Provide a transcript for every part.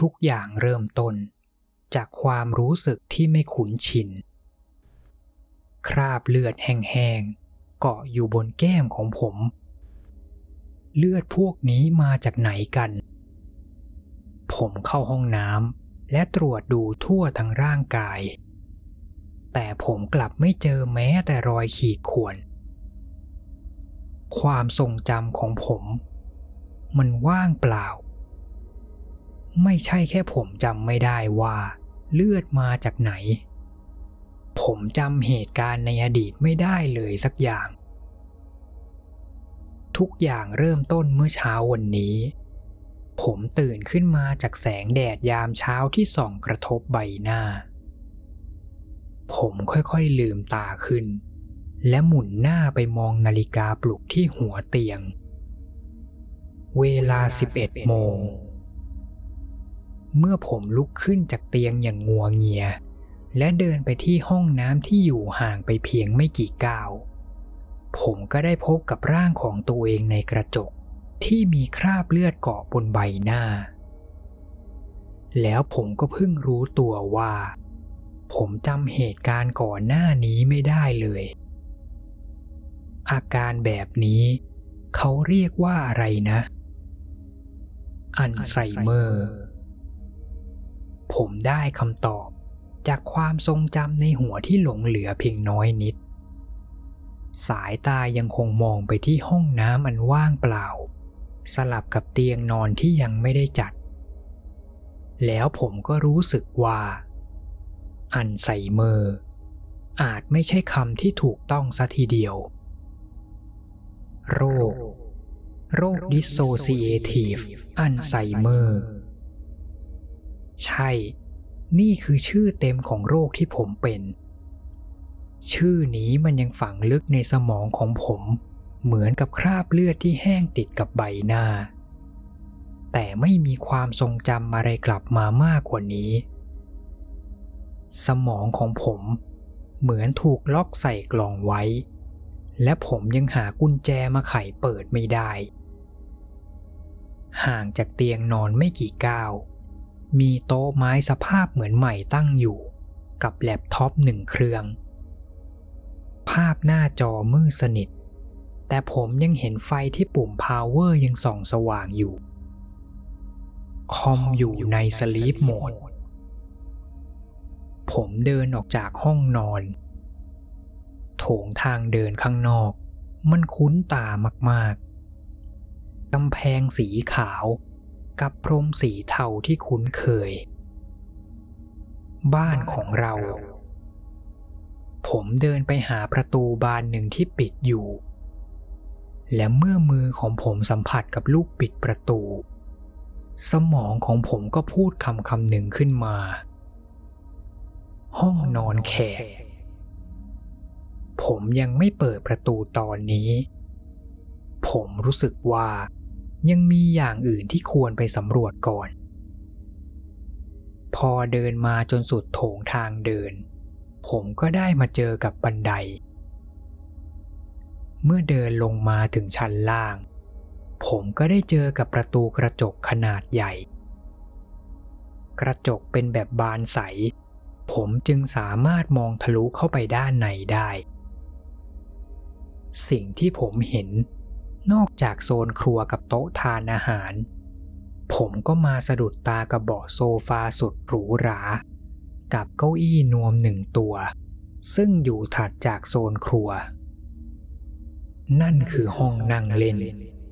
ทุกอย่างเริ่มต้นจากความรู้สึกที่ไม่คุ้นชินคราบเลือดแห้งๆเกาะอยู่บนแก้มของผมเลือดพวกนี้มาจากไหนกันผมเข้าห้องน้ำและตรวจดูทั่วทั้งร่างกายแต่ผมกลับไม่เจอแม้แต่รอยขีดข่วนความทรงจำของผมมันว่างเปล่าไม่ใช่แค่ผมจำไม่ได้ว่าเลือดมาจากไหนผมจำเหตุการณ์ในอดีตไม่ได้เลยสักอย่างทุกอย่างเริ่มต้นเมื่อเช้าวันนี้ผมตื่นขึ้นมาจากแสงแดดยามเช้าที่ส่องกระทบใบหน้าผมค่อยๆลืมตาขึ้นและหมุนหน้าไปมองนาฬิกาปลุกที่หัวเตียงเวลา 11 โมงเมื่อผมลุกขึ้นจากเตียงอย่างงัวเงียและเดินไปที่ห้องน้ำที่อยู่ห่างไปเพียงไม่กี่ก้าวผมก็ได้พบกับร่างของตัวเองในกระจกที่มีคราบเลือดเกาะบนใบหน้าแล้วผมก็เพิ่งรู้ตัวว่าผมจำเหตุการณ์ก่อนหน้านี้ไม่ได้เลยอาการแบบนี้เขาเรียกว่าอะไรนะอัลไซเมอร์ผมได้คำตอบจากความทรงจำในหัวที่หลงเหลือเพียงน้อยนิดสายตายังคงมองไปที่ห้องน้ำอันว่างเปล่าสลับกับเตียงนอนที่ยังไม่ได้จัดแล้วผมก็รู้สึกว่าอัลไซเมอร์อาจไม่ใช่คำที่ถูกต้องซะทีเดียวโรค Dissociative Alzheimer ใช่นี่คือชื่อเต็มของโรคที่ผมเป็นชื่อนี้มันยังฝังลึกในสมองของผมเหมือนกับคราบเลือดที่แห้งติดกับใบหน้าแต่ไม่มีความทรงจำอะไรกลับมามากกว่านี้สมองของผมเหมือนถูกล็อกใส่กล่องไว้และผมยังหากุญแจมาไขเปิดไม่ได้ห่างจากเตียงนอนไม่กี่ก้าวมีโต๊ะไม้สภาพเหมือนใหม่ตั้งอยู่กับแล็ปท็อป1 เครื่องภาพหน้าจอมืดสนิทแต่ผมยังเห็นไฟที่ปุ่ม power ยังส่องสว่างอยู่คอมอยู่ใน sleep mode ผมเดินออกจากห้องนอนโถงทางเดินข้างนอกมันคุ้นตามากๆกำแพงสีขาวกับพรมสีเทาที่คุ้นเคยบ้านของเราผมเดินไปหาประตูบานหนึ่งที่ปิดอยู่และเมื่อมือของผมสัมผัสกับลูกปิดประตูสมองของผมก็พูดคำหนึ่งขึ้นมาห้องนอนแขกผมยังไม่เปิดประตูตอนนี้ผมรู้สึกว่ายังมีอย่างอื่นที่ควรไปสำรวจก่อนพอเดินมาจนสุดโถงทางเดินผมก็ได้มาเจอกับบันไดเมื่อเดินลงมาถึงชั้นล่างผมก็ได้เจอกับประตูกระจกขนาดใหญ่กระจกเป็นแบบบานใสผมจึงสามารถมองทะลุเข้าไปด้านในได้สิ่งที่ผมเห็นนอกจากโซนครัวกับโต๊ะทานอาหารผมก็มาสะดุดตากับเบาะโซฟาสุดหรูหรากับเก้าอี้นวม1 ตัวซึ่งอยู่ถัดจากโซนครัวนั่นคือห้องนั่งเล่น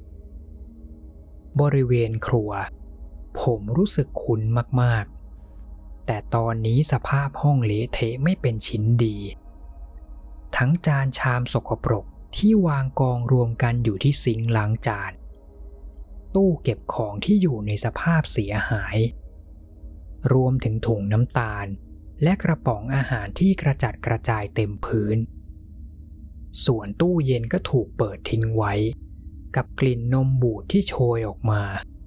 บริเวณครัวผมรู้สึกคุ้นมากๆแต่ตอนนี้สภาพห้องเละเทะไม่เป็นชิ้นดีทั้งจานชามสกปรกที่วางกองรวมกันอยู่ที่ซิงค์ล้างจานตู้เก็บของที่อยู่ในสภาพเสียหายรวมถึงถุงน้ำตาลและกระป๋องอาหารที่กระจัดกระจายเต็มพื้นส่วนตู้เย็นก็ถูกเปิดทิ้งไว้กับกลิ่นนมบูดที่โชยออกมา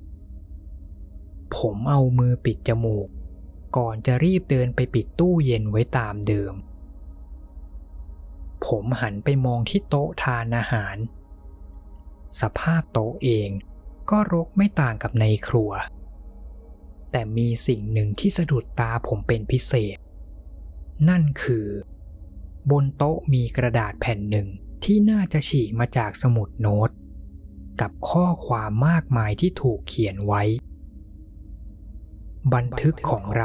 ผมเอามือปิดจมูกก่อนจะรีบเดินไปปิดตู้เย็นไว้ตามเดิมผมหันไปมองที่โต๊ะทานอาหารสภาพโต๊ะเองก็รกไม่ต่างกับในครัวแต่มีสิ่งหนึ่งที่สะดุดตาผมเป็นพิเศษนั่นคือบนโต๊ะมีกระดาษแผ่นหนึ่งที่น่าจะฉีกมาจากสมุดโน้ตกับข้อความมากมายที่ถูกเขียนไว้บันทึกของเรา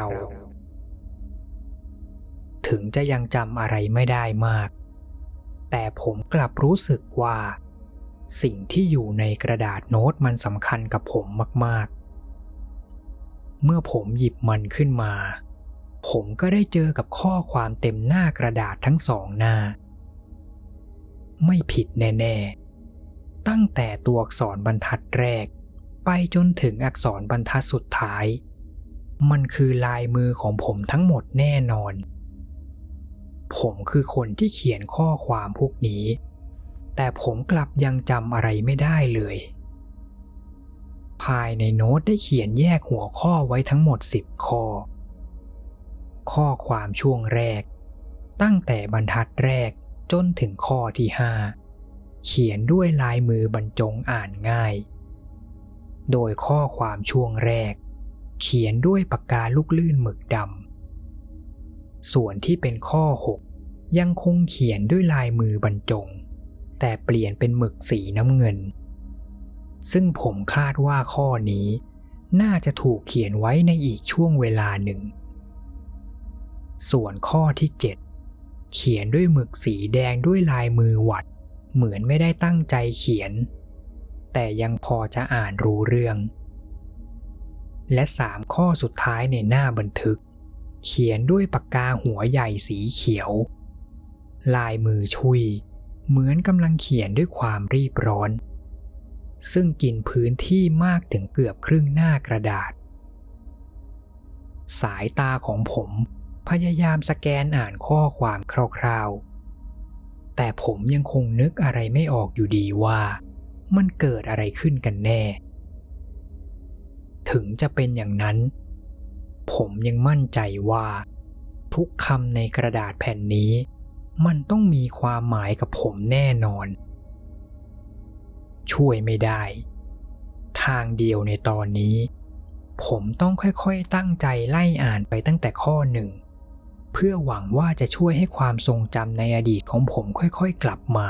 ถึงจะยังจำอะไรไม่ได้มากแต่ผมกลับรู้สึกว่าสิ่งที่อยู่ในกระดาษโน้ตมันสำคัญกับผมมากๆเมื่อผมหยิบมันขึ้นมาผมก็ได้เจอกับข้อความเต็มหน้ากระดาษทั้ง2 หน้าไม่ผิดแน่ๆตั้งแต่ตัวอักษรบรรทัดแรกไปจนถึงอักษรบรรทัดสุดท้ายมันคือลายมือของผมทั้งหมดแน่นอนผมคือคนที่เขียนข้อความพวกนี้แต่ผมกลับยังจำอะไรไม่ได้เลยภายในโน้ตได้เขียนแยกหัวข้อไว้ทั้งหมด10 ข้อความช่วงแรกตั้งแต่บรรทัดแรกจนถึงข้อที่5เขียนด้วยลายมือบรรจงอ่านง่ายโดยข้อความช่วงแรกเขียนด้วยปากกาลูกลื่นหมึกดำส่วนที่เป็นข้อ6ยังคงเขียนด้วยลายมือบรรจงแต่เปลี่ยนเป็นหมึกสีน้ำเงินซึ่งผมคาดว่าข้อนี้น่าจะถูกเขียนไว้ในอีกช่วงเวลาหนึ่งส่วนข้อที่7เขียนด้วยหมึกสีแดงด้วยลายมือหวัดเหมือนไม่ได้ตั้งใจเขียนแต่ยังพอจะอ่านรู้เรื่องและ3 ข้อสุดท้ายในหน้าบันทึกเขียนด้วยปากกาหัวใหญ่สีเขียวลายมือชุยเหมือนกำลังเขียนด้วยความรีบร้อนซึ่งกินพื้นที่มากถึงเกือบครึ่งหน้ากระดาษสายตาของผมพยายามสแกนอ่านข้อความคร่าวๆแต่ผมยังคงนึกอะไรไม่ออกอยู่ดีว่ามันเกิดอะไรขึ้นกันแน่ถึงจะเป็นอย่างนั้นผมยังมั่นใจว่าทุกคำในกระดาษแผ่นนี้มันต้องมีความหมายกับผมแน่นอนช่วยไม่ได้ทางเดียวในตอนนี้ผมต้องค่อยๆตั้งใจไล่อ่านไปตั้งแต่ข้อ1เพื่อหวังว่าจะช่วยให้ความทรงจำในอดีตของผมค่อยๆกลับมา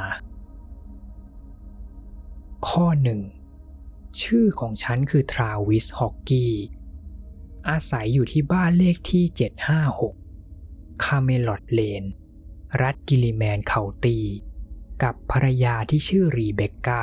ข้อ1ชื่อของฉันคือทราวิสฮอกกี้อาศัยอยู่ที่บ้านเลขที่756คาเมลอดเลนรัฐกิลลิแมนเคานตี้กับภรรยาที่ชื่อรีเบคก้า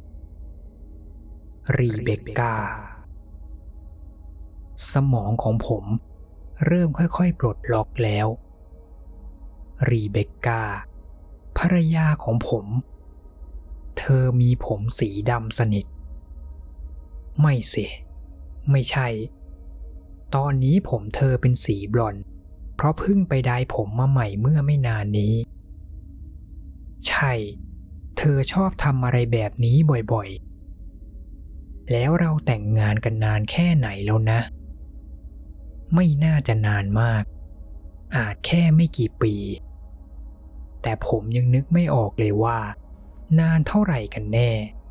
สมองของผมเริ่มค่อยๆปลดล็อกแล้วรีเบคก้าภรรยาของผมเธอมีผมสีดำสนิทไม่สิไม่ใช่ตอนนี้ผมเธอเป็นสีบลอนด์เพราะเพิ่งไปไดร์ผมมาใหม่เมื่อไม่นานนี้ใช่เธอชอบทำอะไรแบบนี้บ่อยๆแล้วเราแต่งงานกันนานแค่ไหนแล้วนะไม่น่าจะนานมากอาจแค่ไม่กี่ปีแต่ผมยังนึกไม่ออกเลยว่านานเท่าไหร่กันแน่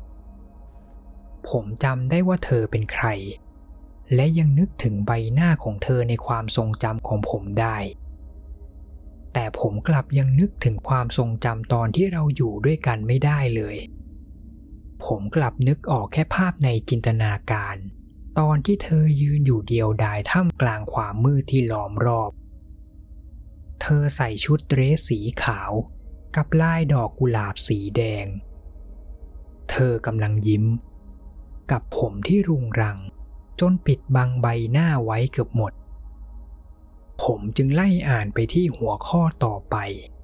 ผมจำได้ว่าเธอเป็นใครและยังนึกถึงใบหน้าของเธอในความทรงจำของผมได้แต่ผมกลับยังนึกถึงความทรงจำตอนที่เราอยู่ด้วยกันไม่ได้เลยผมกลับนึกออกแค่ภาพในจินตนาการตอนที่เธอยืนอยู่เดียวดายท่ามกลางความมืดที่ล้อมรอบเธอใส่ชุดเดรสสีขาวกับลายดอกกุหลาบสีแดงเธอกำลังยิ้มกับผมที่รุงรังจนปิดบังใบหน้าไว้เกือบหมดผมจึงไล่อ่านไปที่หัวข้อต่อไป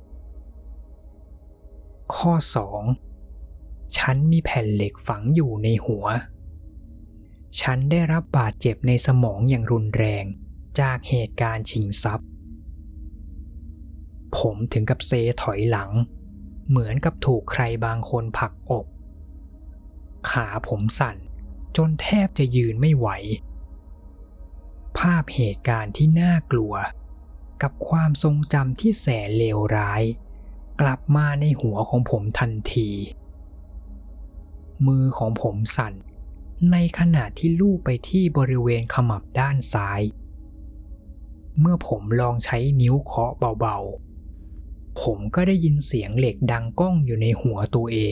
ข้อ2ฉันมีแผ่นเหล็กฝังอยู่ในหัวฉันได้รับบาดเจ็บในสมองอย่างรุนแรงจากเหตุการณ์ชิงทรัพย์ผมถึงกับเซถอยหลังเหมือนกับถูกใครบางคนผลักอกขาผมสั่นจนแทบจะยืนไม่ไหวภาพเหตุการณ์ที่น่ากลัวกับความทรงจำที่แสนเลวร้ายกลับมาในหัวของผมทันทีมือของผมสั่นในขณะที่ลูบไปที่บริเวณขมับด้านซ้ายเมื่อผมลองใช้นิ้วเคาะเบาๆผมก็ได้ยินเสียงเหล็กดังก้องอยู่ในหัวตัวเอง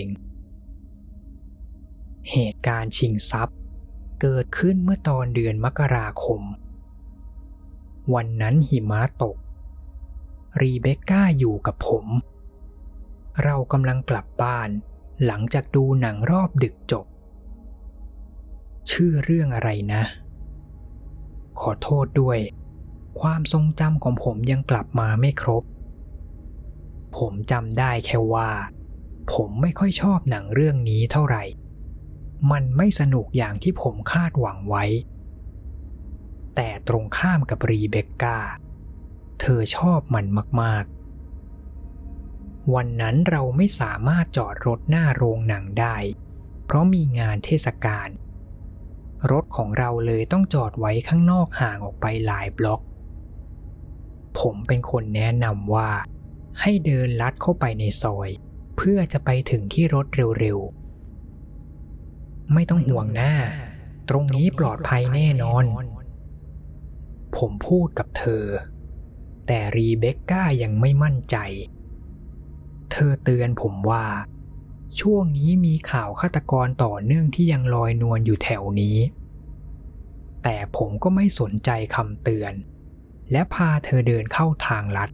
เหตุการณ์ชิงทรัพย์เกิดขึ้นเมื่อตอนเดือนมกราคมวันนั้นหิมะตกรีเบคก้าอยู่กับผมเรากำลังกลับบ้านหลังจากดูหนังรอบดึกจบชื่อเรื่องอะไรนะขอโทษด้วยความทรงจำของผมยังกลับมาไม่ครบผมจำได้แค่ว่าผมไม่ค่อยชอบหนังเรื่องนี้เท่าไหร่มันไม่สนุกอย่างที่ผมคาดหวังไว้แต่ตรงข้ามกับรีเบคก้าเธอชอบมันมากๆวันนั้นเราไม่สามารถจอดรถหน้าโรงหนังได้เพราะมีงานเทศกาลรถของเราเลยต้องจอดไว้ข้างนอกห่างออกไปหลายบล็อกผมเป็นคนแนะนำว่าให้เดินลัดเข้าไปในซอยเพื่อจะไปถึงที่รถเร็วๆไม่ต้องห่วงนะตรงนี้ปลอดภัยแน่นอนผมพูดกับเธอแต่รีเบคก้ายังไม่มั่นใจเธอเตือนผมว่าช่วงนี้มีข่าวฆาตกรต่อเนื่องที่ยังลอยนวลอยู่แถวนี้แต่ผมก็ไม่สนใจคำเตือนและพาเธอเดินเข้าทางลัด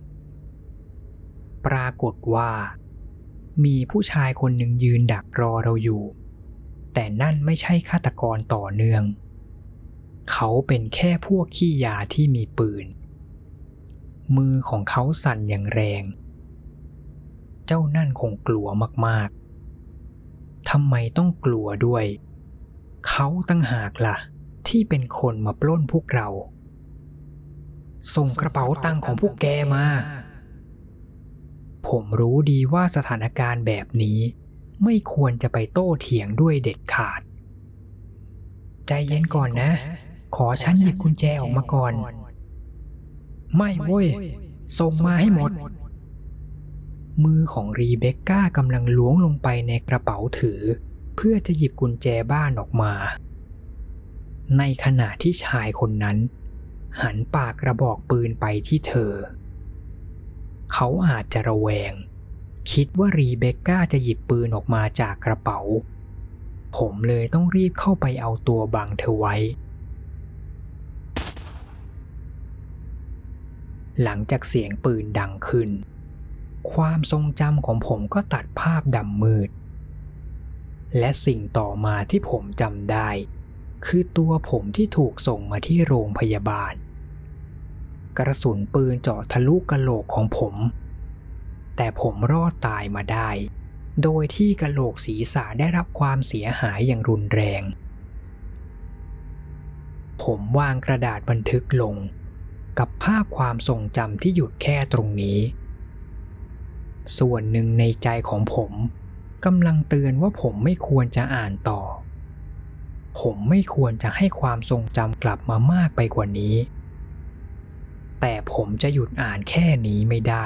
ปรากฏว่ามีผู้ชายคนหนึ่งยืนดักรอเราอยู่แต่นั่นไม่ใช่ฆาตกรต่อเนื่องเขาเป็นแค่พวกขี้ยาที่มีปืนมือของเขาสั่นอย่างแรงเจ้านั่นคงกลัวมากๆทำไมต้องกลัวด้วยเขาตั้งหากล่ะที่เป็นคนมาปล้นพวกเราส่งกระเป๋าตังค์ของพวกแกมาผมรู้ดีว่าสถานการณ์แบบนี้ไม่ควรจะไปโต้เถียงด้วยเด็ดขาดใจเย็นก่อนนะขอฉันหยิบกุญแจออกมาก่อนไม่เว้ยส่งมาให้หมดมือของรีเบคก้ากำลังล้วงลงไปในกระเป๋าถือเพื่อจะหยิบกุญแจบ้านออกมาในขณะที่ชายคนนั้นหันปากกระบอกปืนไปที่เธอเขาอาจจะระแวงคิดว่ารีเบคก้าจะหยิบปืนออกมาจากกระเป๋าผมเลยต้องรีบเข้าไปเอาตัวบังเธอไว้หลังจากเสียงปืนดังขึ้นความทรงจำของผมก็ตัดภาพดำมืดและสิ่งต่อมาที่ผมจำได้คือตัวผมที่ถูกส่งมาที่โรงพยาบาลกระสุนปืนเจาะทะลุกะโหลกของผมแต่ผมรอดตายมาได้โดยที่กะโหลกศีรษะได้รับความเสียหายอย่างรุนแรงผมวางกระดาษบันทึกลงกับภาพความทรงจำที่หยุดแค่ตรงนี้ส่วนหนึ่งในใจของผมกำลังเตือนว่าผมไม่ควรจะอ่านต่อผมไม่ควรจะให้ความทรงจำกลับมามากไปกว่านี้แต่ผมจะหยุดอ่านแค่นี้ไม่ได้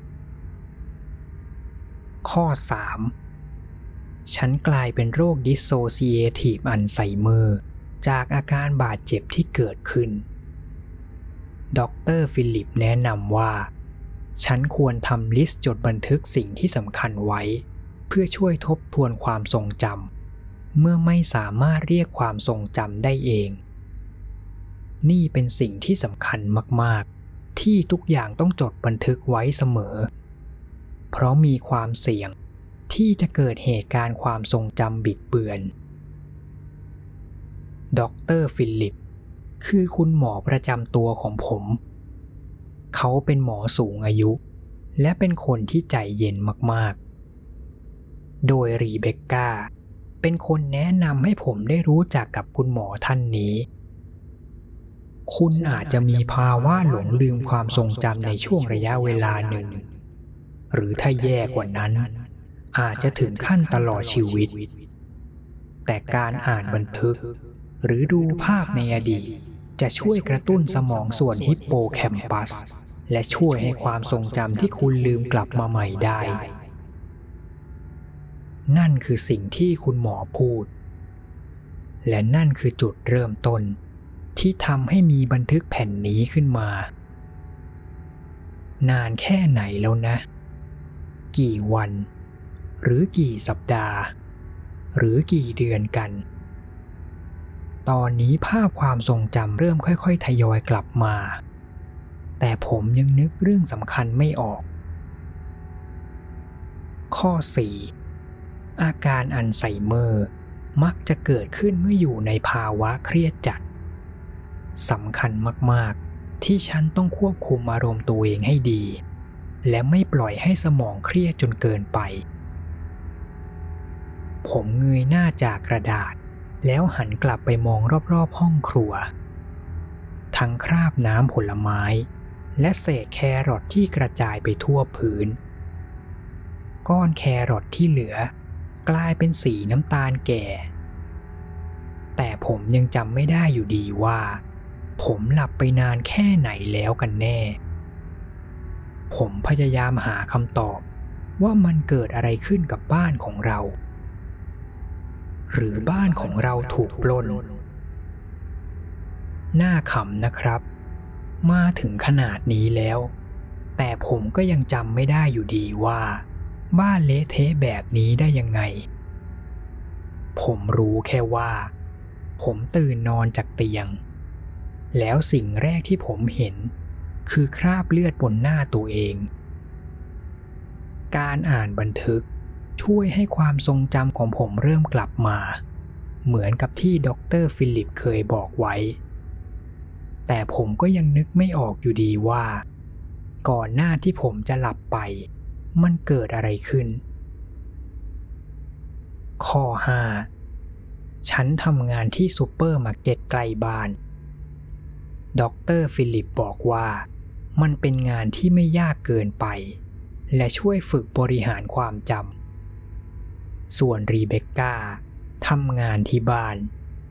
ข้อ 3. ฉันกลายเป็นโรค Dissociative Alzheimer จากอาการบาดเจ็บที่เกิดขึ้นดร.ฟิลิปแนะนำว่าฉันควรทำลิสต์จดบันทึกสิ่งที่สำคัญไว้เพื่อช่วยทบทวนความทรงจำเมื่อไม่สามารถเรียกความทรงจำได้เองนี่เป็นสิ่งที่สำคัญมากๆที่ทุกอย่างต้องจดบันทึกไว้เสมอเพราะมีความเสี่ยงที่จะเกิดเหตุการณ์ความทรงจำบิดเบือนดร.ฟิลิปคือคุณหมอประจำตัวของผมเขาเป็นหมอสูงอายุและเป็นคนที่ใจเย็นมากๆโดยรีเบคก้าเป็นคนแนะนำให้ผมได้รู้จักกับคุณหมอท่านนี้คุณอาจจะมีภาวะหลงลืมความทรงจำในช่วงระยะเวลาหนึ่งหรือถ้าแย่กว่านั้นอาจจะถึงขั้นตลอดชีวิตแต่การอ่านบันทึกหรือดูภาพในอดีตจะช่วยกระตุ้นสมองส่วนฮิปโปแคมปัสและช่วยให้ความทรงจำที่คุณลืมกลับมาใหม่ได้นั่นคือสิ่งที่คุณหมอพูดและนั่นคือจุดเริ่มต้นที่ทำให้มีบันทึกแผ่นนี้ขึ้นมา นานแค่ไหนแล้วนะ กี่วันหรือกี่สัปดาห์หรือกี่เดือนกัน ตอนนี้ภาพความทรงจำเริ่มค่อยๆทยอยกลับมาแต่ผมยังนึกเรื่องสำคัญไม่ออกข้อ 4. อาการอัลไซเมอร์มักจะเกิดขึ้นเมื่ออยู่ในภาวะเครียดจัดสำคัญมากๆที่ฉันต้องควบคุมอารมณ์ตัวเองให้ดีและไม่ปล่อยให้สมองเครียดจนเกินไปผมเงยหน้าจากกระดาษแล้วหันกลับไปมองรอบๆห้องครัวทั้งคราบน้ำผลไม้และเศษแครอทที่กระจายไปทั่วพื้นก้อนแครอทที่เหลือกลายเป็นสีน้ำตาลแก่แต่ผมยังจำไม่ได้อยู่ดีว่าผมหลับไปนานแค่ไหนแล้วกันแน่ผมพยายามหาคำตอบว่ามันเกิดอะไรขึ้นกับบ้านของเราหรือบ้านของเราถูกปล้นน่าขำนะครับมาถึงขนาดนี้แล้วแต่ผมก็ยังจำไม่ได้อยู่ดีว่าบ้านเละเทะแบบนี้ได้ยังไงผมรู้แค่ว่าผมตื่นนอนจากเตียงแล้วสิ่งแรกที่ผมเห็นคือคราบเลือดบนหน้าตัวเองการอ่านบันทึกช่วยให้ความทรงจำของผมเริ่มกลับมาเหมือนกับที่ดร.ฟิลิปเคยบอกไว้แต่ผมก็ยังนึกไม่ออกอยู่ดีว่าก่อนหน้าที่ผมจะหลับไปมันเกิดอะไรขึ้นข้อ 5. ฉันทำงานที่ซูเปอร์มาร์เก็ตใกล้บ้านดร.ฟิลิปบอกว่ามันเป็นงานที่ไม่ยากเกินไปและช่วยฝึกบริหารความจำส่วนรีเบคก้าทำงานที่บ้าน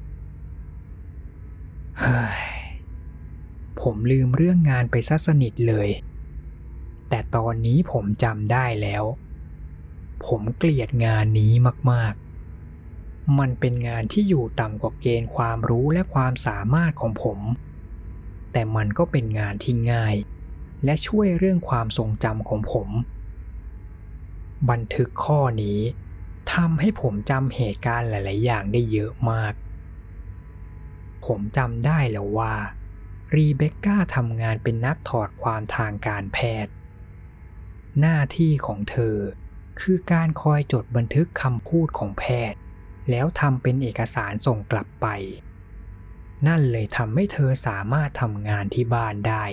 เฮ้ยผมลืมเรื่องงานไปซะสนิทเลยแต่ตอนนี้ผมจำได้แล้วผมเกลียดงานนี้มากๆมันเป็นงานที่อยู่ต่ำกว่าเกณฑ์ความรู้และความสามารถของผมแต่มันก็เป็นงานที่ง่ายและช่วยเรื่องความทรงจำของผมบันทึกข้อนี้ทำให้ผมจำเหตุการณ์หลายๆอย่างได้เยอะมากผมจำได้แล้วว่ารีเบคก้าทำงานเป็นนักถอดความทางการแพทย์หน้าที่ของเธอคือการคอยจดบันทึกคำพูดของแพทย์แล้วทำเป็นเอกสารส่งกลับไปนั่นเลยทำให้เธอสามารถทำงานที่บ้านได้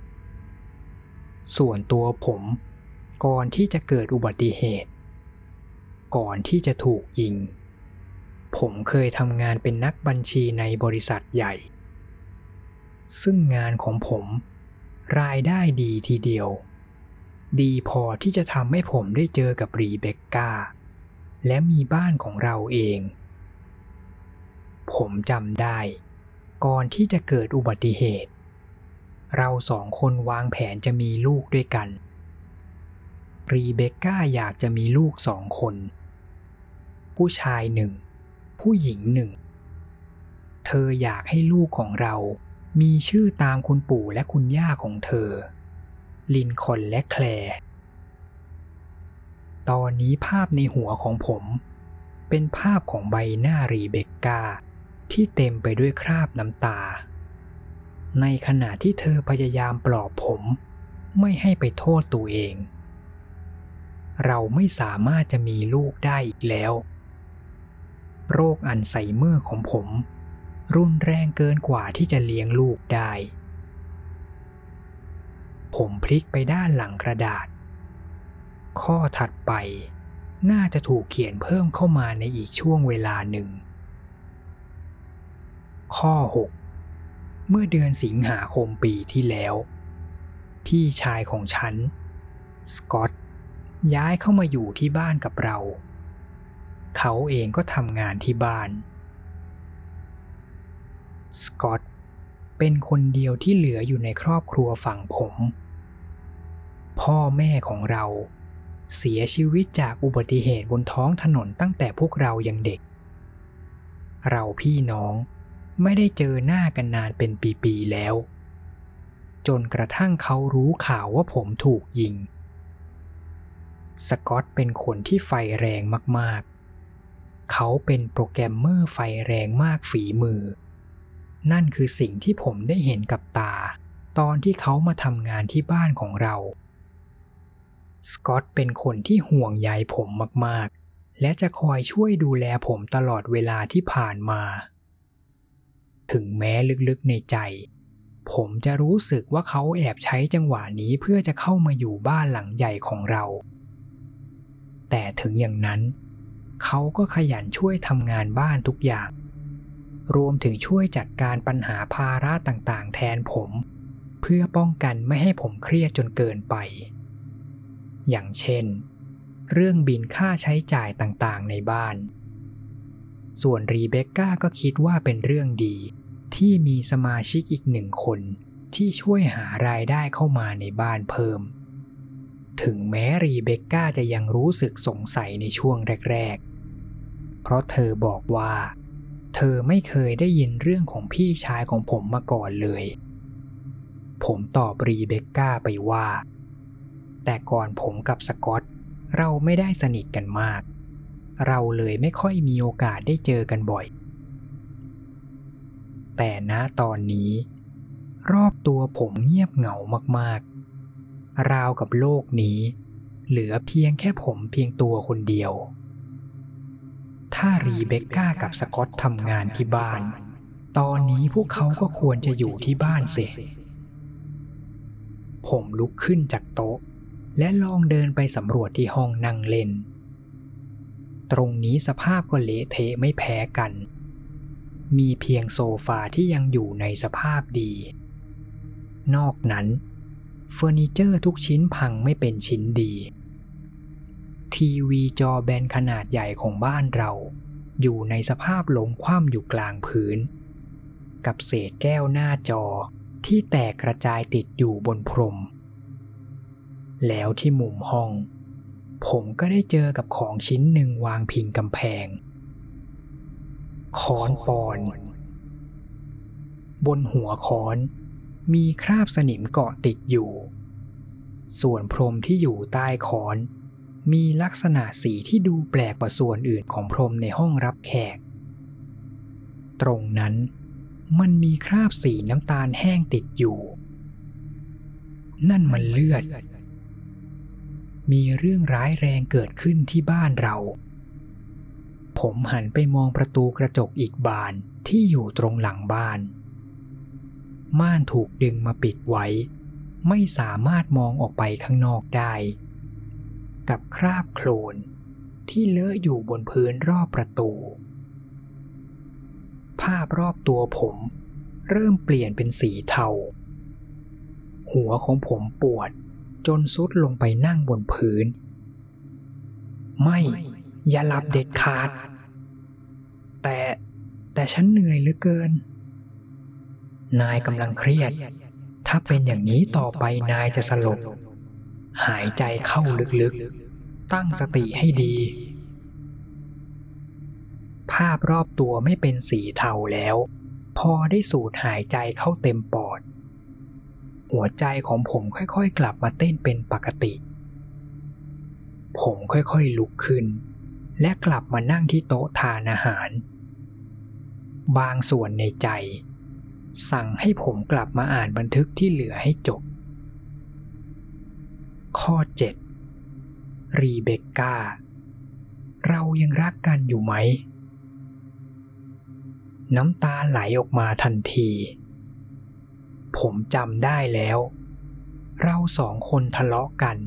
ส่วนตัวผมก่อนที่จะเกิดอุบัติเหตุก่อนที่จะถูกยิงผมเคยทำงานเป็นนักบัญชีในบริษัทใหญ่ซึ่งงานของผมรายได้ดีทีเดียวดีพอที่จะทำให้ผมได้เจอกับรีเบคก้าและมีบ้านของเราเองผมจำได้ก่อนที่จะเกิดอุบัติเหตุเราสองคนวางแผนจะมีลูกด้วยกันรีเบคก้าอยากจะมีลูก2 คนผู้ชาย1ผู้หญิง1เธออยากให้ลูกของเรามีชื่อตามคุณปู่และคุณย่าของเธอลินคอล์นและแคลร์ตอนนี้ภาพในหัวของผมเป็นภาพของใบหน้ารีเบคก้าที่เต็มไปด้วยคราบน้ำตาในขณะที่เธอพยายามปลอบผมไม่ให้ไปโทษตัวเองเราไม่สามารถจะมีลูกได้อีกแล้วโรคอัลไซเมอร์ของผมรุนแรงเกินกว่าที่จะเลี้ยงลูกได้ผมพลิกไปด้านหลังกระดาษข้อถัดไปน่าจะถูกเขียนเพิ่มเข้ามาในอีกช่วงเวลาหนึ่งข้อ 6 เมื่อเดือนสิงหาคมปีที่แล้วพี่ชายของฉันสกอตย้ายเข้ามาอยู่ที่บ้านกับเราเขาเองก็ทำงานที่บ้านสกอตเป็นคนเดียวที่เหลืออยู่ในครอบครัวฝั่งผมพ่อแม่ของเราเสียชีวิตจากอุบัติเหตุบนท้องถนนตั้งแต่พวกเรายังเด็กเราพี่น้องไม่ได้เจอหน้ากันนานเป็นปีๆแล้วจนกระทั่งเขารู้ข่าวว่าผมถูกยิงสกอตเป็นคนที่ไฟแรงมากๆเขาเป็นโปรแกรมเมอร์ไฟแรงมากฝีมือนั่นคือสิ่งที่ผมได้เห็นกับตาตอนที่เขามาทำงานที่บ้านของเราสกอตเป็นคนที่ห่วงใยผมมากๆและจะคอยช่วยดูแลผมตลอดเวลาที่ผ่านมาถึงแม้ลึกๆในใจผมจะรู้สึกว่าเขาแอบใช้จังหวะนี้เพื่อจะเข้ามาอยู่บ้านหลังใหญ่ของเราแต่ถึงอย่างนั้นเขาก็ขยันช่วยทำงานบ้านทุกอย่างรวมถึงช่วยจัดการปัญหาภาระต่างๆแทนผมเพื่อป้องกันไม่ให้ผมเครียดจนเกินไปอย่างเช่นเรื่องบิลค่าใช้จ่ายต่างๆในบ้านส่วนรีเบคก้าก็คิดว่าเป็นเรื่องดีที่มีสมาชิกอีก1 คนที่ช่วยหารายได้เข้ามาในบ้านเพิ่มถึงแม้รีเบคก้าจะยังรู้สึกสงสัยในช่วงแรกๆเพราะเธอบอกว่าเธอไม่เคยได้ยินเรื่องของพี่ชายของผมมาก่อนเลยผมตอบรีเบคก้าไปว่าแต่ก่อนผมกับสกอตเราไม่ได้สนิทกันมากเราเลยไม่ค่อยมีโอกาสได้เจอกันบ่อยแต่ณตอนนี้รอบตัวผมเงียบเหงามากๆราวกับโลกนี้เหลือเพียงแค่ผมเพียงตัวคนเดียวถ้ารีเบคก้ากับสกอตทำงานที่บ้านตอนนี้พวกเขาก็ควรจะอยู่ที่บ้านเสียผมลุกขึ้นจากโต๊ะและลองเดินไปสำรวจที่ห้องนั่งเล่นตรงนี้สภาพก็เละเทะไม่แพ้กันมีเพียงโซฟาที่ยังอยู่ในสภาพดีนอกนั้นเฟอร์นิเจอร์ทุกชิ้นพังไม่เป็นชิ้นดีทีวีจอแบนขนาดใหญ่ของบ้านเราอยู่ในสภาพล้มคว่ำอยู่กลางพื้นกับเศษแก้วหน้าจอที่แตกกระจายติดอยู่บนพรมแล้วที่มุมห้องผมก็ได้เจอกับของชิ้นหนึ่งวางพิงกำแพงค้อนปอนบนหัวค้อนมีคราบสนิมเกาะติดอยู่ส่วนพรมที่อยู่ใต้ค้อนมีลักษณะสีที่ดูแปลกกว่าส่วนอื่นของพรมในห้องรับแขกตรงนั้นมันมีคราบสีน้ำตาลแห้งติดอยู่นั่นมันเลือดมีเรื่องร้ายแรงเกิดขึ้นที่บ้านเราผมหันไปมองประตูกระจกอีกบานที่อยู่ตรงหลังบ้านม่านถูกดึงมาปิดไว้ไม่สามารถมองออกไปข้างนอกได้กับคราบโคลนที่เลอะอยู่บนพื้นรอบประตูภาพรอบตัวผมเริ่มเปลี่ยนเป็นสีเทาหัวของผมปวดจนทรุดลงไปนั่งบนพื้นไม่อย่าหลับเด็ดขาดแต่ฉันเหนื่อยเหลือเกินนายกำลังเครียดถ้าเป็นอย่างนี้ต่อไปนายจะสลบหายใจเข้าลึกๆตั้งสติให้ดีภาพรอบตัวไม่เป็นสีเทาแล้วพอได้สูดหายใจเข้าเต็มปอดหัวใจของผมค่อยๆกลับมาเต้นเป็นปกติผมค่อยๆลุกขึ้นและกลับมานั่งที่โต๊ะทานอาหารบางส่วนในใจสั่งให้ผมกลับมาอ่านบันทึกที่เหลือให้จบข้อ 7 รีเบคก้าเรายังรักกันอยู่ไหมน้ำตาไหลออกมาทันทีผมจำได้แล้วเรา2 คนทะเลาะกัน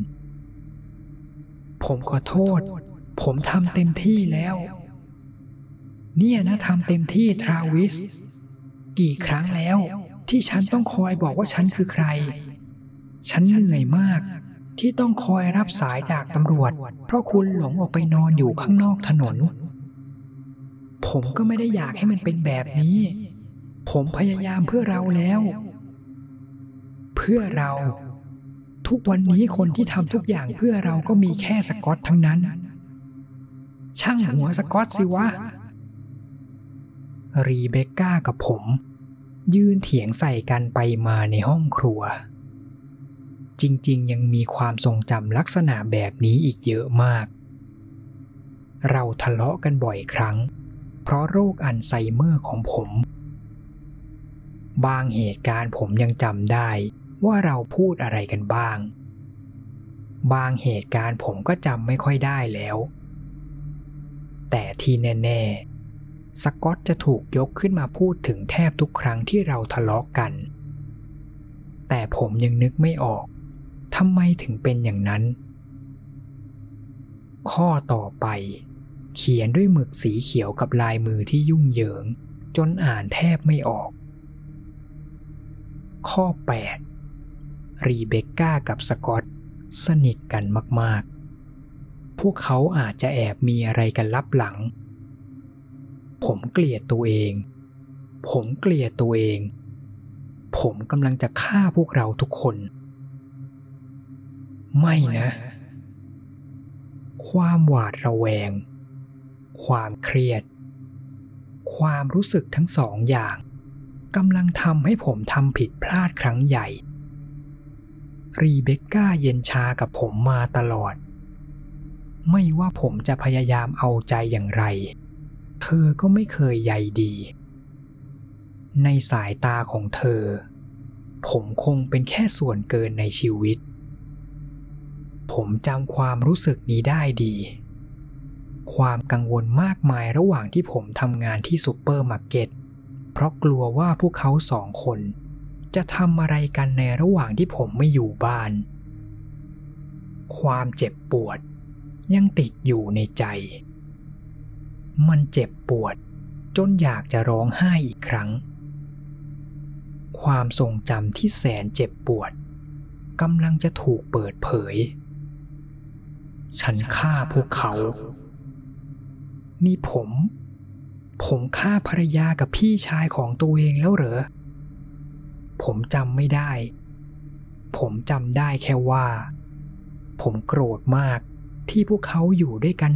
ผมขอโทษผมทำเต็มที่แล้วเนี่ยนะทำเต็มที่ทราวิสกี่ครั้งแล้วที่ฉันต้องคอยบอกว่าฉันคือใครฉันเหนื่อยมากที่ต้องคอยรับสายจากตำรวจเพราะคุณหลงออกไปนอนอยู่ข้างนอกถนนผมก็ไม่ได้อยากให้มันเป็นแบบนี้ผมพยายามเพื่อเราแล้วเพื่อเราทุกวันนี้คนที่ทำทุกอย่างเพื่อเราก็มีแค่สกอตทั้งนั้นช่างหัวสกอตสิวะรีเบคก้ากับผมยืนเถียงใส่กันไปมาในห้องครัวจริงๆยังมีความทรงจำลักษณะแบบนี้อีกเยอะมากเราทะเลาะกันบ่อยครั้งเพราะโรคอัลไซเมอร์ของผมบางเหตุการณ์ผมยังจำได้ว่าเราพูดอะไรกันบ้างบางเหตุการณ์ผมก็จำไม่ค่อยได้แล้วแต่ที่แน่ๆสกอตจะถูกยกขึ้นมาพูดถึงแทบทุกครั้งที่เราทะเลาะกันแต่ผมยังนึกไม่ออกทำไมถึงเป็นอย่างนั้นข้อต่อไปเขียนด้วยหมึกสีเขียวกับลายมือที่ยุ่งเหยิงจนอ่านแทบไม่ออกข้อ 8 รีเบคก้ากับสกอตสนิทกันมากๆพวกเขาอาจจะแอบมีอะไรกันลับหลังผมเกลียดตัวเองผมเกลียดตัวเองผมกำลังจะฆ่าพวกเราทุกคนไม่นะความหวาดระแวงความเครียดความรู้สึกทั้งสองอย่างกำลังทำให้ผมทำผิดพลาดครั้งใหญ่รีเบคก้าเย็นชากับผมมาตลอดไม่ว่าผมจะพยายามเอาใจอย่างไรเธอก็ไม่เคยใยดีในสายตาของเธอผมคงเป็นแค่ส่วนเกินในชีวิตผมจำความรู้สึกนี้ได้ดีความกังวลมากมายระหว่างที่ผมทำงานที่ซุปเปอร์มาร์เก็ตเพราะกลัวว่าพวกเขาสองคนจะทำอะไรกันในระหว่างที่ผมไม่อยู่บ้านความเจ็บปวดยังติดอยู่ในใจมันเจ็บปวดจนอยากจะร้องไห้อีกครั้งความทรงจำที่แสนเจ็บปวดกำลังจะถูกเปิดเผยฉันฆ่าพวกเขานี่ผมฆ่าภรรยากับพี่ชายของตัวเองแล้วเหรอผมจำไม่ได้ผมจำได้แค่ว่าผมโกรธมากที่พวกเขาอยู่ด้วยกัน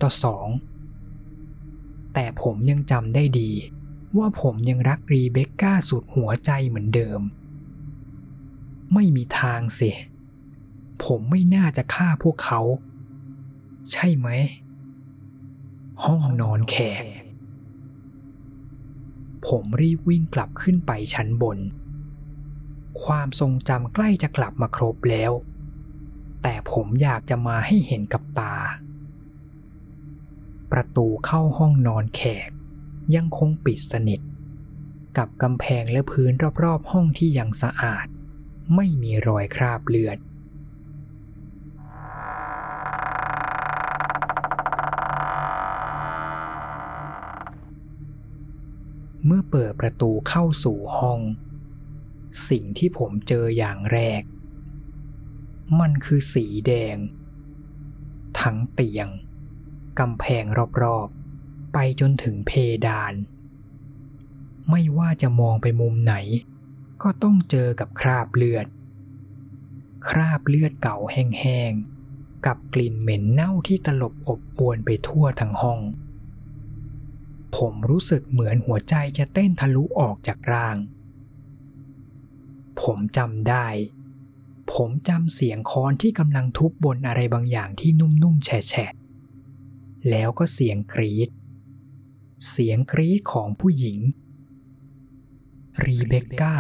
2-2แต่ผมยังจำได้ดีว่าผมยังรักรีเบคก้าสุดหัวใจเหมือนเดิมไม่มีทางสิผมไม่น่าจะฆ่าพวกเขาใช่ไหมห้องนอนแขกผมรีบวิ่งกลับขึ้นไปชั้นบนความทรงจำใกล้จะกลับมาครบแล้วแต่ผมอยากจะมาให้เห็นกับตาประตูเข้าห้องนอนแขกยังคงปิดสนิทกับกำแพงและพื้นรอบๆห้องที่ยังสะอาดไม่มีรอยคราบเลือดเมื่อเปิดประตูเข้าสู่ห้องสิ่งที่ผมเจออย่างแรกมันคือสีแดงทั้งเตียงกำแพงรอบๆไปจนถึงเพดานไม่ว่าจะมองไปมุมไหนก็ต้องเจอกับคราบเลือดเก่าแห้งๆกับกลิ่นเหม็นเน่าที่ตลบอบอวนไปทั่วทั้งห้องผมรู้สึกเหมือนหัวใจจะเต้นทะลุออกจากร่างผมจำได้ผมจำเสียงค้อนที่กำลังทุบบนอะไรบางอย่างที่นุ่มๆแฉะๆแล้วก็เสียงกรี๊ดของผู้หญิงรีเบคก้า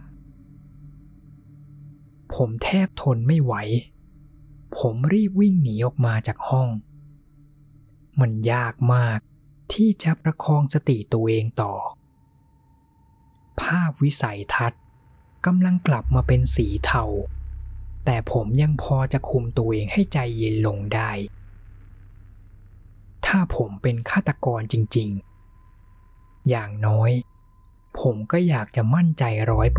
ผมแทบทนไม่ไหวผมรีบวิ่งหนีออกมาจากห้องมันยากมากที่จะประคองสติตัวเองต่อภาพวิสัยทัศน์กำลังกลับมาเป็นสีเทาแต่ผมยังพอจะคุมตัวเองให้ใจเย็นลงได้ถ้าผมเป็นฆาตกรจริงๆอย่างน้อยผมก็อยากจะมั่นใจ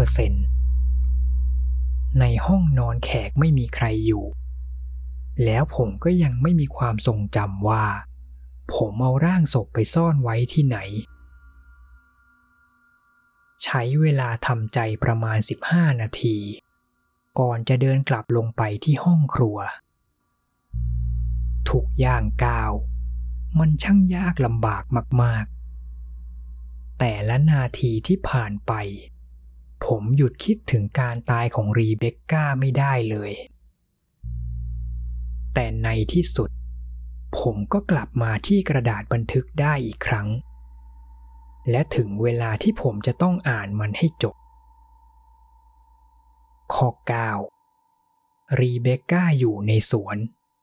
100%ในห้องนอนแขกไม่มีใครอยู่แล้วผมก็ยังไม่มีความทรงจำว่าผมเอาร่างศพไปซ่อนไว้ที่ไหนใช้เวลาทำใจประมาณ15 นาทีก่อนจะเดินกลับลงไปที่ห้องครัวทุกย่างก้าวมันช่างยากลำบากมากๆแต่ละนาทีที่ผ่านไปผมหยุดคิดถึงการตายของรีเบคก้าไม่ได้เลยแต่ในที่สุดผมก็กลับมาที่กระดาษบันทึกได้อีกครั้งและถึงเวลาที่ผมจะต้องอ่านมันให้จบข้อ 9 รีเบคก้าอยู่ในสวน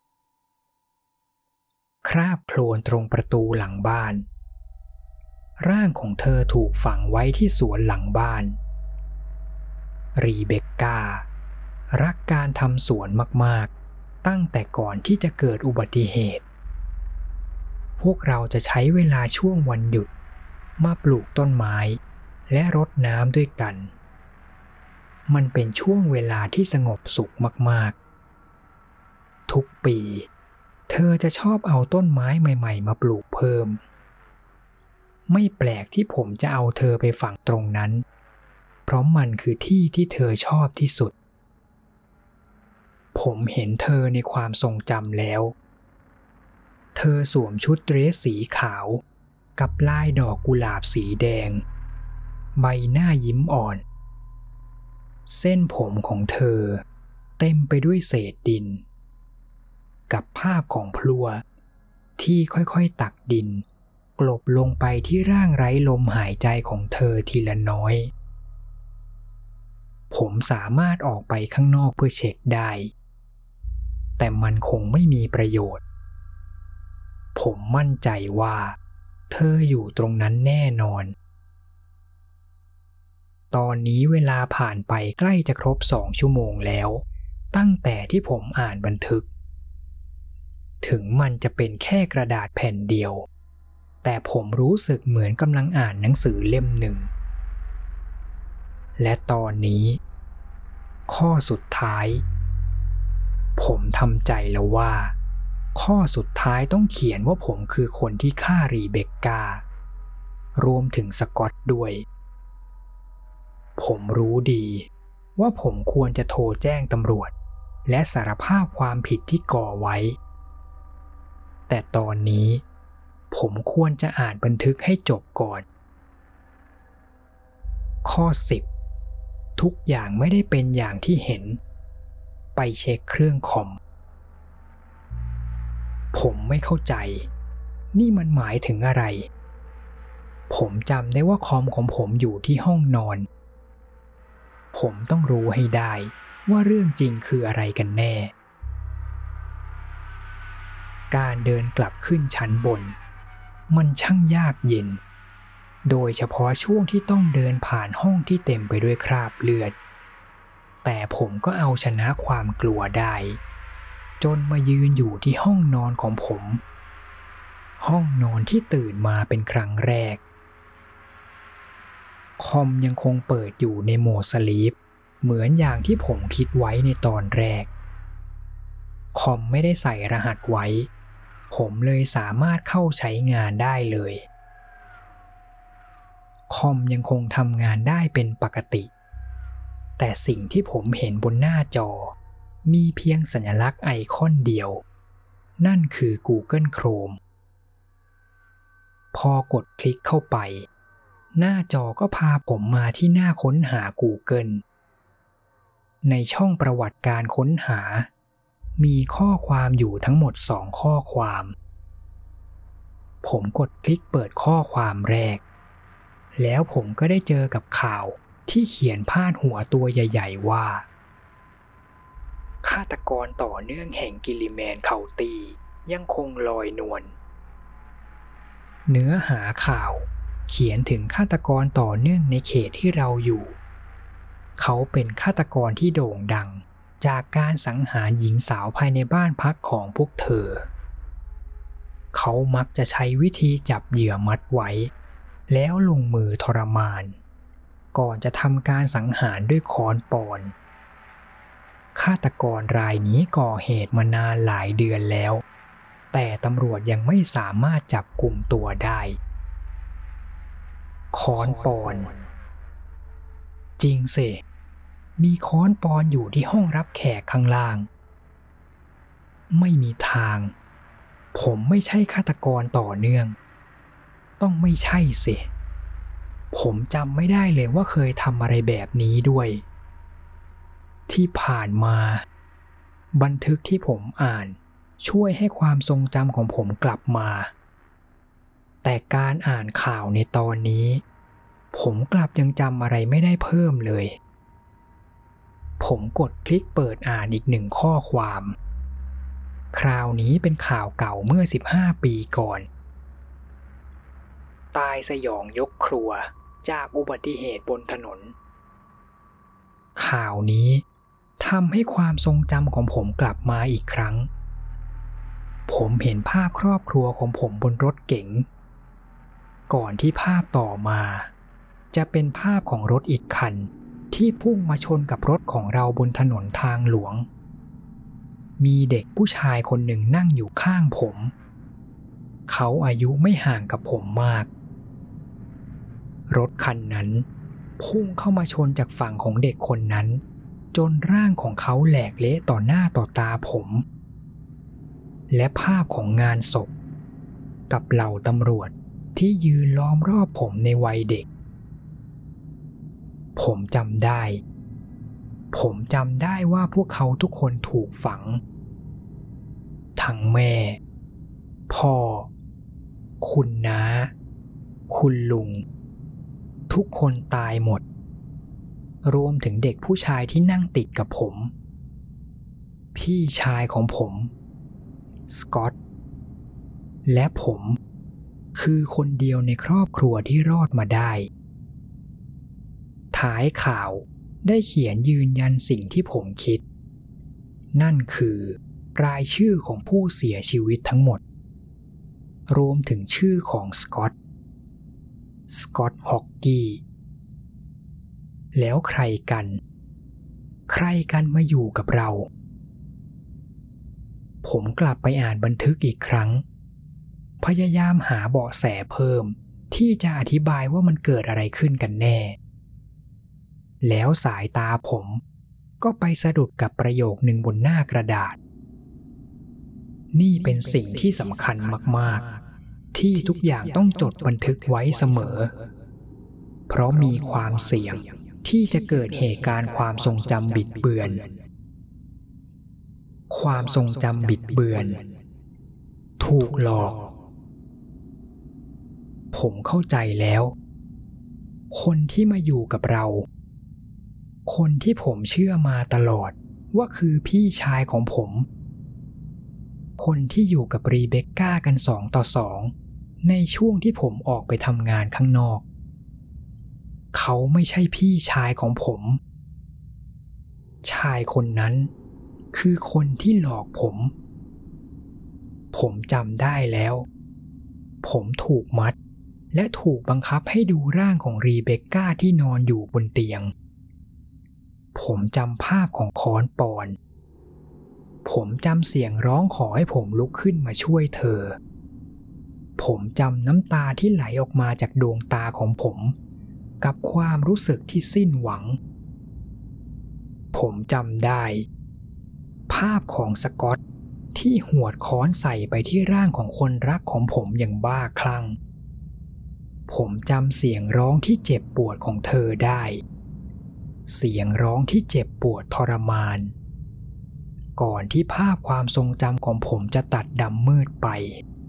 คราบโคลนตรงประตูหลังบ้านร่างของเธอถูกฝังไว้ที่สวนหลังบ้านรีเบคก้ารักการทำสวนมากๆตั้งแต่ก่อนที่จะเกิดอุบัติเหตุพวกเราจะใช้เวลาช่วงวันหยุดมาปลูกต้นไม้และรดน้ำด้วยกันมันเป็นช่วงเวลาที่สงบสุขมากๆทุกปีเธอจะชอบเอาต้นไม้ใหม่ๆมาปลูกเพิ่มไม่แปลกที่ผมจะเอาเธอไปฝังตรงนั้นเพราะมันคือที่ที่เธอชอบที่สุดผมเห็นเธอในความทรงจำแล้วเธอสวมชุดเดรสสีขาวกับลายดอกกุหลาบสีแดงใบหน้ายิ้มอ่อนเส้นผมของเธอเต็มไปด้วยเศษดินกับภาพของพลัวที่ค่อยๆตักดินกลบลงไปที่ร่างไร้ลมหายใจของเธอทีละน้อยผมสามารถออกไปข้างนอกเพื่อเช็คได้แต่มันคงไม่มีประโยชน์ผมมั่นใจว่าเธออยู่ตรงนั้นแน่นอนตอนนี้เวลาผ่านไปใกล้จะครบ2 ชั่วโมงแล้วตั้งแต่ที่ผมอ่านบันทึกถึงมันจะเป็นแค่กระดาษแผ่นเดียวแต่ผมรู้สึกเหมือนกำลังอ่านหนังสือเล่มหนึ่งและตอนนี้ข้อสุดท้ายผมทำใจแล้วว่าข้อสุดท้ายต้องเขียนว่าผมคือคนที่ฆ่ารีเบคก้ารวมถึงสกอตด้วยผมรู้ดีว่าผมควรจะโทรแจ้งตำรวจและสารภาพความผิดที่ก่อไว้แต่ตอนนี้ผมควรจะอ่านบันทึกให้จบก่อนข้อ 10ทุกอย่างไม่ได้เป็นอย่างที่เห็นไปเช็คเครื่องคอมผมไม่เข้าใจนี่มันหมายถึงอะไรผมจำได้ว่าคอมของผมอยู่ที่ห้องนอนผมต้องรู้ให้ได้ว่าเรื่องจริงคืออะไรกันแน่การเดินกลับขึ้นชั้นบนมันช่างยากเย็นโดยเฉพาะช่วงที่ต้องเดินผ่านห้องที่เต็มไปด้วยคราบเลือดแต่ผมก็เอาชนะความกลัวได้จนมายืนอยู่ที่ห้องนอนของผมห้องนอนที่ตื่นมาเป็นครั้งแรกคอมยังคงเปิดอยู่ในโหมดสลีปเหมือนอย่างที่ผมคิดไว้ในตอนแรกคอมไม่ได้ใส่รหัสไว้ผมเลยสามารถเข้าใช้งานได้เลยคอมยังคงทำงานได้เป็นปกติแต่สิ่งที่ผมเห็นบนหน้าจอมีเพียงสัญลักษณ์ไอคอนเดียวนั่นคือ Google Chrome พอกดคลิกเข้าไปหน้าจอก็พาผมมาที่หน้าค้นหา Google ในช่องประวัติการค้นหามีข้อความอยู่ทั้งหมด2 ข้อความผมกดคลิกเปิดข้อความแรกแล้วผมก็ได้เจอกับข่าวที่เขียนพาดหัวตัวใหญ่ๆว่าฆาตกรต่อเนื่องแห่งกิลลิแมนเคานตี้ยังคงลอยนวลเนื้อหาข่าวเขียนถึงฆาตกรต่อเนื่องในเขตที่เราอยู่เขาเป็นฆาตกรที่โด่งดังจากการสังหารหญิงสาวภายในบ้านพักของพวกเธอเขามักจะใช้วิธีจับเหยื่อมัดไว้แล้วลงมือทรมานก่อนจะทำการสังหารด้วยค้อนปอนฆาตกรรายนี้ก่อเหตุมานานหลายเดือนแล้วแต่ตำรวจยังไม่สามารถจับกุมตัวได้ค้อนปอนจริงสิมีค้อนปอนอยู่ที่ห้องรับแขกข้างล่างไม่มีทางผมไม่ใช่ฆาตกรต่อเนื่องต้องไม่ใช่สิผมจำไม่ได้เลยว่าเคยทำอะไรแบบนี้ด้วย ที่ผ่านมาบันทึกที่ผมอ่านช่วยให้ความทรงจำของผมกลับมาแต่การอ่านข่าวในตอนนี้ผมกลับยังจำอะไรไม่ได้เพิ่มเลยผมกดคลิกเปิดอ่านอีกหนึ่งข้อความคราวนี้เป็นข่าวเก่าเมื่อ15 ปีก่อนตายสยองยกครัวจากอุบัติเหตุบนถนนข่าวนี้ทำให้ความทรงจำของผมกลับมาอีกครั้งผมเห็นภาพครอบครัวของผมบนรถเก๋งก่อนที่ภาพต่อมาจะเป็นภาพของรถอีกคันที่พุ่งมาชนกับรถของเราบนถนนทางหลวงมีเด็กผู้ชายคนหนึ่งนั่งอยู่ข้างผมเขาอายุไม่ห่างกับผมมากรถคันนั้นพุ่งเข้ามาชนจากฝั่งของเด็กคนนั้นจนร่างของเขาแหลกเละต่อหน้าต่อตาผมและภาพของงานศพกับเหล่าตำรวจที่ยืนล้อมรอบผมในวัยเด็กผมจำได้ว่าพวกเขาทุกคนถูกฝังทั้งแม่พ่อคุณน้าคุณลุงทุกคนตายหมดรวมถึงเด็กผู้ชายที่นั่งติดกับผมพี่ชายของผมสกอตและผมคือคนเดียวในครอบครัวที่รอดมาได้ท้ายข่าวได้เขียนยืนยันสิ่งที่ผมคิดนั่นคือรายชื่อของผู้เสียชีวิตทั้งหมดรวมถึงชื่อของสกอตฮอกกี้แล้วใครกันมาอยู่กับเราผมกลับไปอ่านบันทึกอีกครั้งพยายามหาเบาะแสเพิ่มที่จะอธิบายว่ามันเกิดอะไรขึ้นกันแน่แล้วสายตาผมก็ไปสะดุดกับประโยคหนึ่งบนหน้ากระดาษนี่เป็นสิ่งที่สำคัญมากๆที่ทุกอย่างต้องจดบันทึกไว้เสมอเพราะมีความเสี่ยงที่จะเกิดเหตุการณ์ความทรงจำบิดเบือนความทรงจำบิดเบือนถูกหลอกผมเข้าใจแล้วคนที่มาอยู่กับเราคนที่ผมเชื่อมาตลอดว่าคือพี่ชายของผมคนที่อยู่กับรีเบคก้ากัน2 ต่อ 2ในช่วงที่ผมออกไปทำงานข้างนอกเขาไม่ใช่พี่ชายของผมชายคนนั้นคือคนที่หลอกผมจำได้แล้วผมถูกมัดและถูกบังคับให้ดูร่างของรีเบคก้าที่นอนอยู่บนเตียงผมจำภาพของคอนปอนผมจำเสียงร้องขอให้ผมลุกขึ้นมาช่วยเธอผมจำน้ำตาที่ไหลออกมาจากดวงตาของผมกับความรู้สึกที่สิ้นหวังผมจำได้ภาพของสกอตที่หวดค้อนใส่ไปที่ร่างของคนรักของผมอย่างบ้าคลั่งผมจำเสียงร้องที่เจ็บปวดของเธอได้เสียงร้องที่เจ็บปวดทรมานก่อนที่ภาพความทรงจำของผมจะตัดดำมืดไป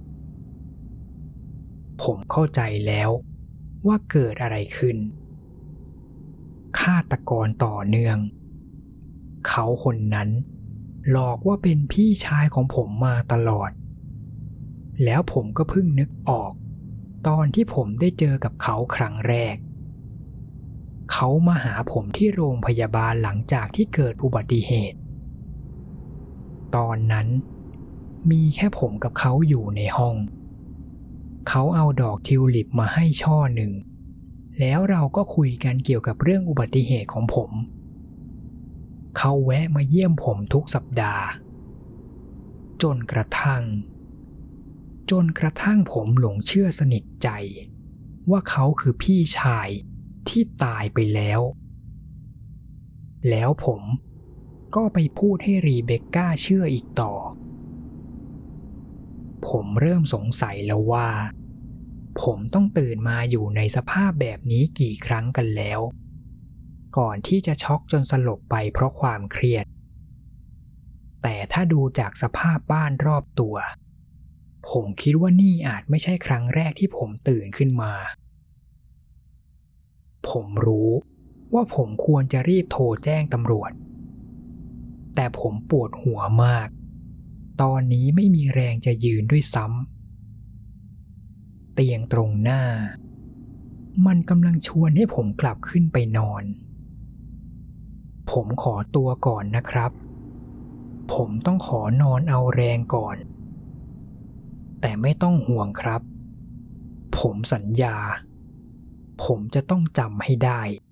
ผมเข้าใจแล้วว่าเกิดอะไรขึ้นฆาตกรต่อเนื่องเขาคนนั้นหลอกว่าเป็นพี่ชายของผมมาตลอดแล้วผมก็เพิ่งนึกออกตอนที่ผมได้เจอกับเขาครั้งแรกเขามาหาผมที่โรงพยาบาลหลังจากที่เกิดอุบัติเหตุตอนนั้นมีแค่ผมกับเขาอยู่ในห้องเขาเอาดอกทิวลิปมาให้ช่อหนึ่งแล้วเราก็คุยกันเกี่ยวกับเรื่องอุบัติเหตุของผมเขาแวะมาเยี่ยมผมทุกสัปดาห์จนกระทั่งผมหลงเชื่อสนิทใจว่าเขาคือพี่ชายที่ตายไปแล้วผมก็ไปพูดให้รีเบคก้าเชื่ออีกต่อผมเริ่มสงสัยแล้วว่าผมต้องตื่นมาอยู่ในสภาพแบบนี้กี่ครั้งกันแล้ว ก่อนที่จะช็อกจนสลบไปเพราะความเครียด แต่ถ้าดูจากสภาพบ้านรอบตัว ผมคิดว่านี่อาจไม่ใช่ครั้งแรกที่ผมตื่นขึ้นมา ผมรู้ว่าผมควรจะรีบโทรแจ้งตำรวจ แต่ผมปวดหัวมาก ตอนนี้ไม่มีแรงจะยืนด้วยซ้ำ เตียงตรงหน้า มันกำลังชวนให้ผมกลับขึ้นไปนอน ผมขอตัวก่อนนะครับ ผมต้องขอนอนเอาแรงก่อน แต่ไม่ต้องห่วงครับ ผมสัญญา ผมจะต้องจำให้ได้